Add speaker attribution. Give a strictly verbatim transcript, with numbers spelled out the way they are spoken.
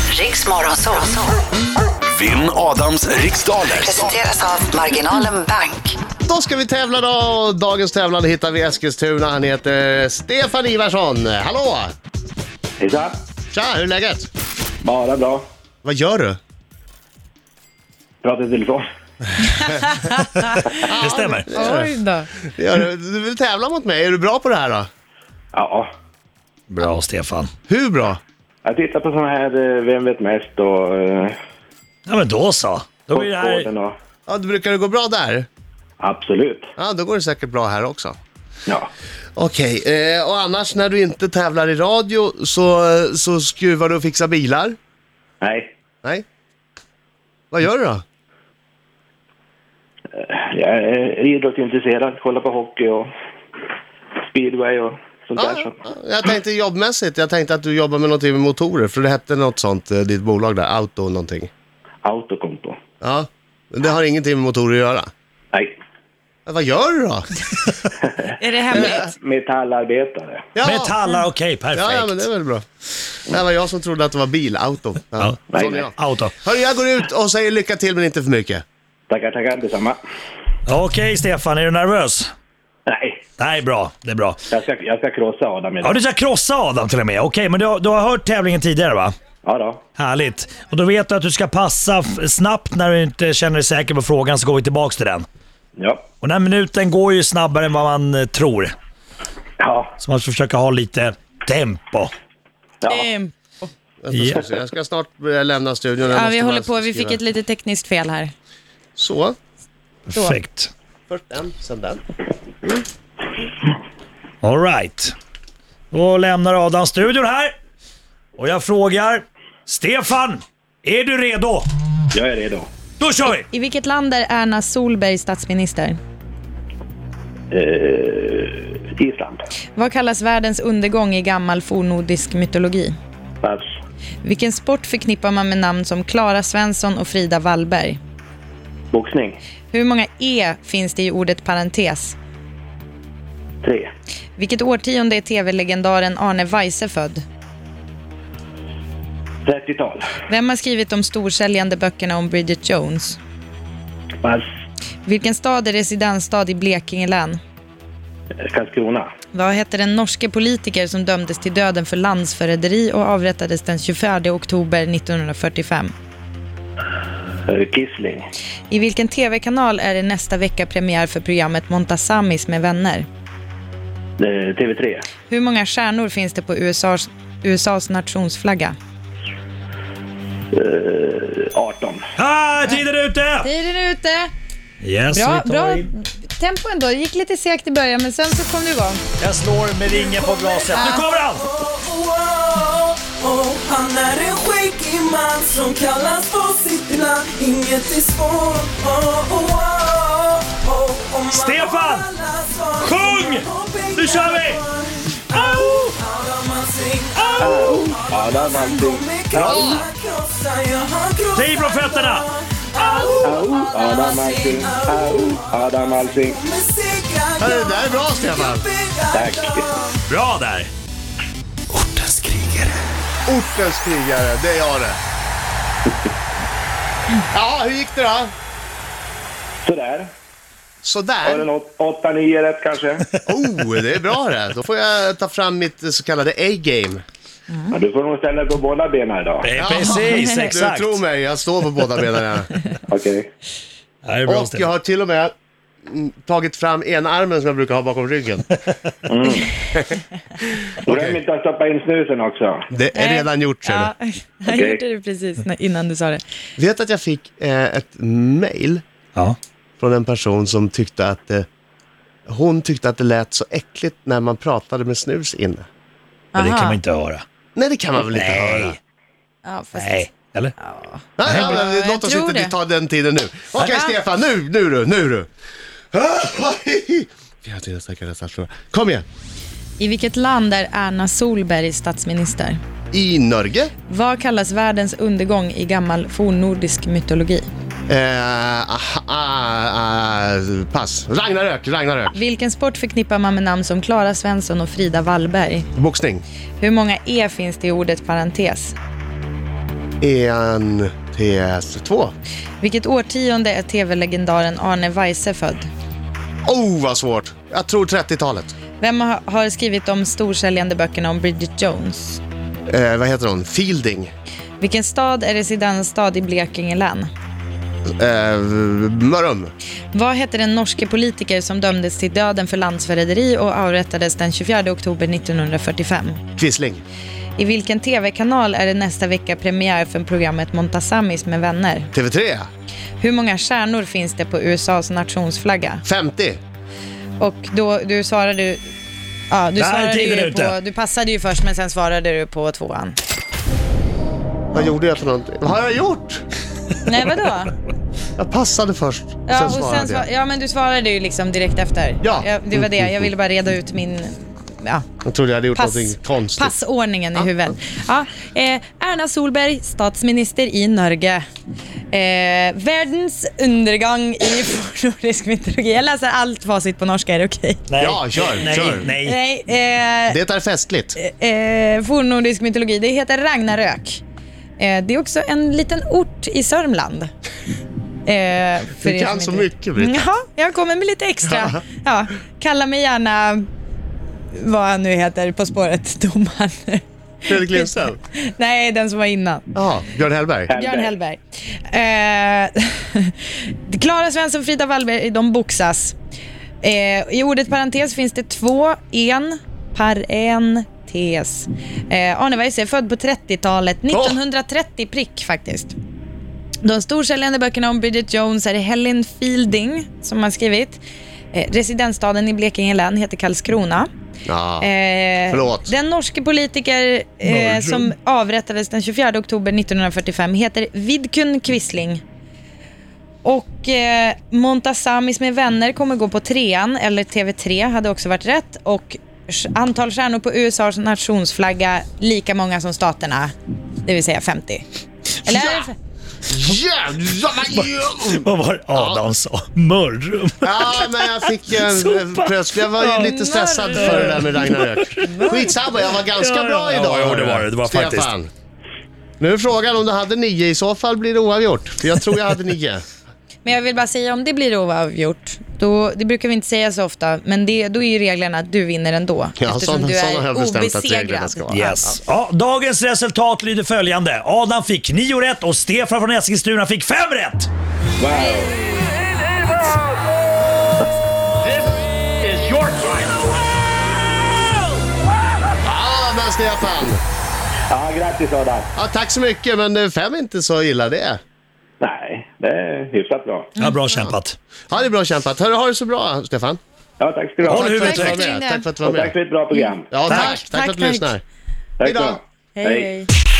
Speaker 1: Riks Morgonzoo.
Speaker 2: Vinn Adams riksdaler.
Speaker 1: Presenteras av Marginalen Bank.
Speaker 3: Då ska vi tävla då. Dagens tävlande hittar vi i Eskilstuna. Han heter Stefan Ivarsson. Hallå!
Speaker 4: Hejsan.
Speaker 3: Tja, hur är läget?
Speaker 4: Bara bra.
Speaker 3: Vad gör du?
Speaker 4: Pratar i telefon.
Speaker 5: Det stämmer.
Speaker 6: Oj då.
Speaker 3: Gör du? Du vill tävla mot mig. Är du bra på det här då?
Speaker 4: Ja.
Speaker 5: Bra, Stefan.
Speaker 3: Hur bra?
Speaker 4: Jag tittar på såna här eh, Vem vet mest och eh,
Speaker 5: Ja, men då så. Då blir det här...
Speaker 4: Sportgården och...
Speaker 3: Ja, det brukar det gå bra där?
Speaker 4: Absolut.
Speaker 3: Ja, då går det säkert bra här också.
Speaker 4: Ja.
Speaker 3: Okej, eh, och annars när du inte tävlar i radio så, så skruvar du och fixar bilar?
Speaker 4: Nej.
Speaker 3: Nej? Vad gör du då?
Speaker 4: Jag är idrottsintresserad. Kollar på hockey och speedway och sånt där.
Speaker 3: Ja,
Speaker 4: Så.
Speaker 3: jag tänkte jobbmässigt, jag tänkte att du jobbar med någonting med motorer, för det hette något sånt, eh, ditt bolag där, Auto någonting.
Speaker 4: Autokonto.
Speaker 3: Ja, men det har ingenting med motorer att göra.
Speaker 4: Nej.
Speaker 3: Men vad gör du då?
Speaker 6: Är det hemligt?
Speaker 4: Metallarbetare.
Speaker 3: Ja,
Speaker 5: Metallar, okej, perfekt.
Speaker 3: ja, ja, men det är väl bra. Det var jag som trodde att det var bil, auto. Ja,
Speaker 5: Ja.
Speaker 4: Nej,
Speaker 3: sån är
Speaker 4: nej.
Speaker 3: jag.
Speaker 5: Auto.
Speaker 3: Hörru, jag går ut och säger lycka till men inte för mycket.
Speaker 4: Tackar, tackar. Detsamma.
Speaker 5: Okej, Stefan, är du nervös?
Speaker 4: Nej.
Speaker 5: Nej, bra. Det är bra.
Speaker 4: Jag ska, jag ska krossa Adam idag.
Speaker 5: Ja, du ska krossa Adam till och med. Okej, men du, har- du har hört tävlingen tidigare, va?
Speaker 4: Ja då.
Speaker 5: Härligt. Och då vet du att du ska passa f- snabbt när du inte känner dig säker på frågan, så går vi tillbaka till den.
Speaker 4: Ja.
Speaker 5: Och den här minuten går ju snabbare än vad man eh, tror.
Speaker 4: Ja.
Speaker 5: Så man ska försöka ha lite tempo.
Speaker 4: Ja.
Speaker 6: Ehm,
Speaker 3: Vänta, ska vi se. Jag ska snart börja lämna studion. Jag
Speaker 6: Ja,
Speaker 3: måste
Speaker 6: vi
Speaker 3: bara
Speaker 6: håller på. Vi
Speaker 3: skriva.
Speaker 6: fick ett litet tekniskt fel här.
Speaker 3: Så,
Speaker 5: Perfekt.
Speaker 3: först den, sen den.
Speaker 5: All right. Då lämnar Adam studion här. Och jag frågar, Stefan, är du redo?
Speaker 4: Jag är redo.
Speaker 5: Då kör vi!
Speaker 6: I vilket land är Erna Solberg statsminister?
Speaker 4: Eh, Island.
Speaker 6: Vad kallas världens undergång i gammal fornnordisk mytologi?
Speaker 4: Pass.
Speaker 6: Vilken sport förknippar man med namn som Clara Svensson och Frida Wallberg?
Speaker 4: Boxning.
Speaker 6: Hur många E finns det i ordet parentes?
Speaker 4: Tre.
Speaker 6: Vilket årtionde är tv-legendaren Arne Weise född?
Speaker 4: trettiotal.
Speaker 6: Vem har skrivit de storsäljande böckerna om Bridget Jones?
Speaker 4: Pass.
Speaker 6: Vilken stad är residensstad i Blekinge län?
Speaker 4: Karlskrona.
Speaker 6: Vad hette den norske politiker som dömdes till döden för landsförräderi och avrättades den tjugofjärde oktober nittonhundrafyrtiofem?
Speaker 4: Eh, Kissling.
Speaker 6: I vilken tv-kanal är det nästa vecka premiär för programmet Montasamis med vänner?
Speaker 4: Eh, T V tre.
Speaker 6: Hur många stjärnor finns det på U S A's, U S A's nationsflagga?
Speaker 4: Eh, arton.
Speaker 5: Ah, tiden är ute!
Speaker 6: Tiden är ute!
Speaker 5: Yes,
Speaker 6: Bra,
Speaker 5: vi tar
Speaker 6: bra
Speaker 5: in.
Speaker 6: tempo ändå. Det gick lite segt i början, men sen så kom du igång.
Speaker 5: Jag slår med ringen på glaset. Nu kommer han!
Speaker 7: Oh, han är en skäggig man som kallas på sitt namn. Inget är svårt. Oh, oh, oh, oh. Om man
Speaker 5: Stefan!
Speaker 7: har alla svar,
Speaker 5: Sjung! Nu kör vi! Au!
Speaker 7: Adam Alsing, au!
Speaker 4: Adam Alsing.
Speaker 7: Bra!
Speaker 5: Kliv från fötterna!
Speaker 4: Au. Adam Alsing. Au. Adam Alsing.
Speaker 3: Ja, det där är bra, Stefan.
Speaker 4: Tack.
Speaker 5: Bra där!
Speaker 2: Ortens krigare.
Speaker 3: Ortens krigare, det är jag det. Ja, hur gick det då?
Speaker 4: Sådär. Har du
Speaker 3: Sådär.
Speaker 4: något åtta nio rätt kanske?
Speaker 3: Oh, det är bra det. Då får jag ta fram mitt så kallade A-game.
Speaker 4: Ja, du får nog ställa dig på båda benen idag.
Speaker 5: Eh, Precis,
Speaker 3: Du
Speaker 5: exakt.
Speaker 3: tror mig, jag står på båda benen.
Speaker 4: Okej.
Speaker 5: Det här är bra,
Speaker 3: Och jag
Speaker 5: Stefan.
Speaker 3: har till och med mm, tagit fram en armen som jag brukar ha bakom ryggen.
Speaker 4: Glöm inte att stoppa in snusen också.
Speaker 3: Det är redan gjort, ser du.
Speaker 6: Ja, jag
Speaker 4: Okej.
Speaker 6: gjorde det precis när- innan du sa det.
Speaker 3: Vet att jag fick eh, ett mail
Speaker 5: Ja.
Speaker 3: från en person som tyckte att eh, hon tyckte att det lät så äckligt när man pratade med snus inne.
Speaker 5: Men det
Speaker 6: Aha.
Speaker 5: kan man inte höra.
Speaker 3: Nej, det kan man väl inte höra?
Speaker 5: Nej.
Speaker 6: Ja, fast...
Speaker 5: Nej. Eller?
Speaker 3: Nej, ja, men
Speaker 6: jag
Speaker 3: låt oss
Speaker 6: tror
Speaker 3: inte
Speaker 6: det.
Speaker 3: ta den tiden nu. Okej,
Speaker 6: Ja.
Speaker 3: Stefan, nu, nu du, nu du. Vi har tiden säkert statsråd. Kom igen.
Speaker 6: I vilket land är Erna Solberg statsminister?
Speaker 3: I Norge.
Speaker 6: Vad kallas världens undergång i gammal fornnordisk mytologi?
Speaker 3: Eh, ah, ah, ah, pass. Ragnarök, Ragnarök.
Speaker 6: Vilken sport förknippar man med namn som Clara Svensson och Frida Wallberg?
Speaker 3: Boxning.
Speaker 6: Hur många E finns det i ordet parentes?
Speaker 3: En T S två.
Speaker 6: Vilket årtionde är tv-legendaren Arne Weise född?
Speaker 3: Oh, vad svårt. Jag tror trettiotalet.
Speaker 6: Vem ha- har skrivit de storsäljande böckerna om Bridget Jones?
Speaker 3: Eh, vad heter hon? Fielding.
Speaker 6: Vilken stad är residensstad i Blekinge län?
Speaker 3: Eh, Mörrum.
Speaker 6: Vad hette den norske politiker som dömdes till döden för landsförräderi och avrättades den tjugofjärde oktober nittonhundrafyrtiofem?
Speaker 3: Quisling.
Speaker 6: I vilken tv-kanal är det nästa vecka premiär för programmet Montasamis med vänner?
Speaker 3: T V tre.
Speaker 6: Hur många stjärnor finns det på U S A:s nationsflagga?
Speaker 3: femtio.
Speaker 6: Och då du svarade ja, du
Speaker 5: Där är
Speaker 6: svarade
Speaker 5: tiden
Speaker 6: ju
Speaker 5: ute.
Speaker 6: på, du passade ju först men sen svarade du på tvåan.
Speaker 3: Vad gjorde jag för någonting? Vad har jag gjort?
Speaker 6: Nej, vadå?
Speaker 3: Jag passade först.
Speaker 6: Ja,
Speaker 3: sen
Speaker 6: och
Speaker 3: svarade
Speaker 6: sen svar,
Speaker 3: jag.
Speaker 6: ja, men du svarade ju liksom direkt efter.
Speaker 3: Ja.
Speaker 6: Ja, det var det. Jag ville bara reda ut min ja,
Speaker 3: Jag trodde jag hade gjort
Speaker 6: pass,
Speaker 3: någonting konstigt.
Speaker 6: passordningen i huvudet. Ja, eh, Erna Solberg, statsminister i Norge. Eh, världens undergång i fornnordisk mytologi. Jag läser allt facit på norska, är det okej?
Speaker 5: Nej.
Speaker 3: Ja, kör,
Speaker 5: nej,
Speaker 3: kör.
Speaker 5: Nej,
Speaker 6: Nej, eh,
Speaker 3: Det är festligt.
Speaker 6: eh, fornnordisk mytologi, det heter Ragnarök. Eh, det är också en liten ort i Sörmland. Eh, för
Speaker 3: Du
Speaker 6: er
Speaker 3: kan
Speaker 6: som
Speaker 3: så
Speaker 6: inte-
Speaker 3: mycket, Britta.
Speaker 6: Ja, jag kommer med lite extra. Ja, kalla mig gärna vad han nu heter på spåret, domaren.
Speaker 3: Fredrik Lindström.
Speaker 6: Nej, den som var innan.
Speaker 3: Ja, Björn Hellberg.
Speaker 6: Björn Hellberg. Eh, Klara Svensson och Frida Wallberg, de boxas. Eh, I ordet parentes finns det två, en, parentes. Eh, Arne Weise är född på trettiotalet, nittonhundratrettio prick faktiskt. De storsäljande böckerna om Bridget Jones är det Helen Fielding som har skrivit. Eh, residensstaden i Blekinge län heter Karlskrona.
Speaker 3: Ja,
Speaker 6: Eh,
Speaker 3: förlåt.
Speaker 6: Den norske politiker eh, som avrättades den tjugofjärde oktober nittonhundrafyrtiofem heter Vidkun Quisling. Och eh, Montasamis med vänner kommer gå på trean, eller T V tre hade också varit rätt. Och sh- antal stjärnor på U S A:s nationsflagga lika många som staterna, det vill säga femtio. Eller är det...
Speaker 3: Jävlar!
Speaker 5: vad var det Adam sa? Mörrum.
Speaker 3: Ja, men jag fick en
Speaker 5: Sopa.
Speaker 3: plötsligt. Jag var ju lite stressad för det där med Ragnarök. Skitsamma, jag var ganska
Speaker 5: Ja, ja.
Speaker 3: bra idag.
Speaker 5: Ja, ja, det var det. Det var
Speaker 3: Stefan.
Speaker 5: faktiskt.
Speaker 3: Nu är frågan om du hade nio. I så fall blir det oavgjort. För jag tror jag hade nio.
Speaker 6: Men jag vill bara säga, om det blir oavgjort, då, det brukar vi inte säga så ofta, men det, då är ju reglerna att du vinner ändå.
Speaker 3: Ja,
Speaker 6: eftersom
Speaker 3: såna-
Speaker 6: du
Speaker 3: såna har
Speaker 6: är
Speaker 3: jag bestämt att reglerna
Speaker 6: obesegrad.
Speaker 3: ska vara.
Speaker 5: Yes. Ja, dagens resultat lyder följande. Adam fick nio rätt och Stefan från Eskilstuna fick fem rätt.
Speaker 3: Ja, men Stefan.
Speaker 4: Ja, grattis Adam.
Speaker 3: Ja, tack så mycket, men eh, fem är inte så illa det.
Speaker 4: Nej, det är hyfsat bra.
Speaker 5: Ja, bra kämpat.
Speaker 3: Ja, det är bra kämpat. Hör, har det så bra, Stefan.
Speaker 4: Ja, tack ska du ha.
Speaker 5: Håll huvudet
Speaker 3: Tack för att du
Speaker 5: högt.
Speaker 3: var med. Tack för att du var
Speaker 4: Och tack för
Speaker 3: med.
Speaker 4: ett bra program.
Speaker 3: Ja, tack.
Speaker 5: Tack.
Speaker 3: Tack,
Speaker 6: Tack,
Speaker 3: för att du
Speaker 6: tack.
Speaker 3: lyssnar.
Speaker 4: Tack
Speaker 3: Hejdå.
Speaker 4: då.
Speaker 6: Hej, hej.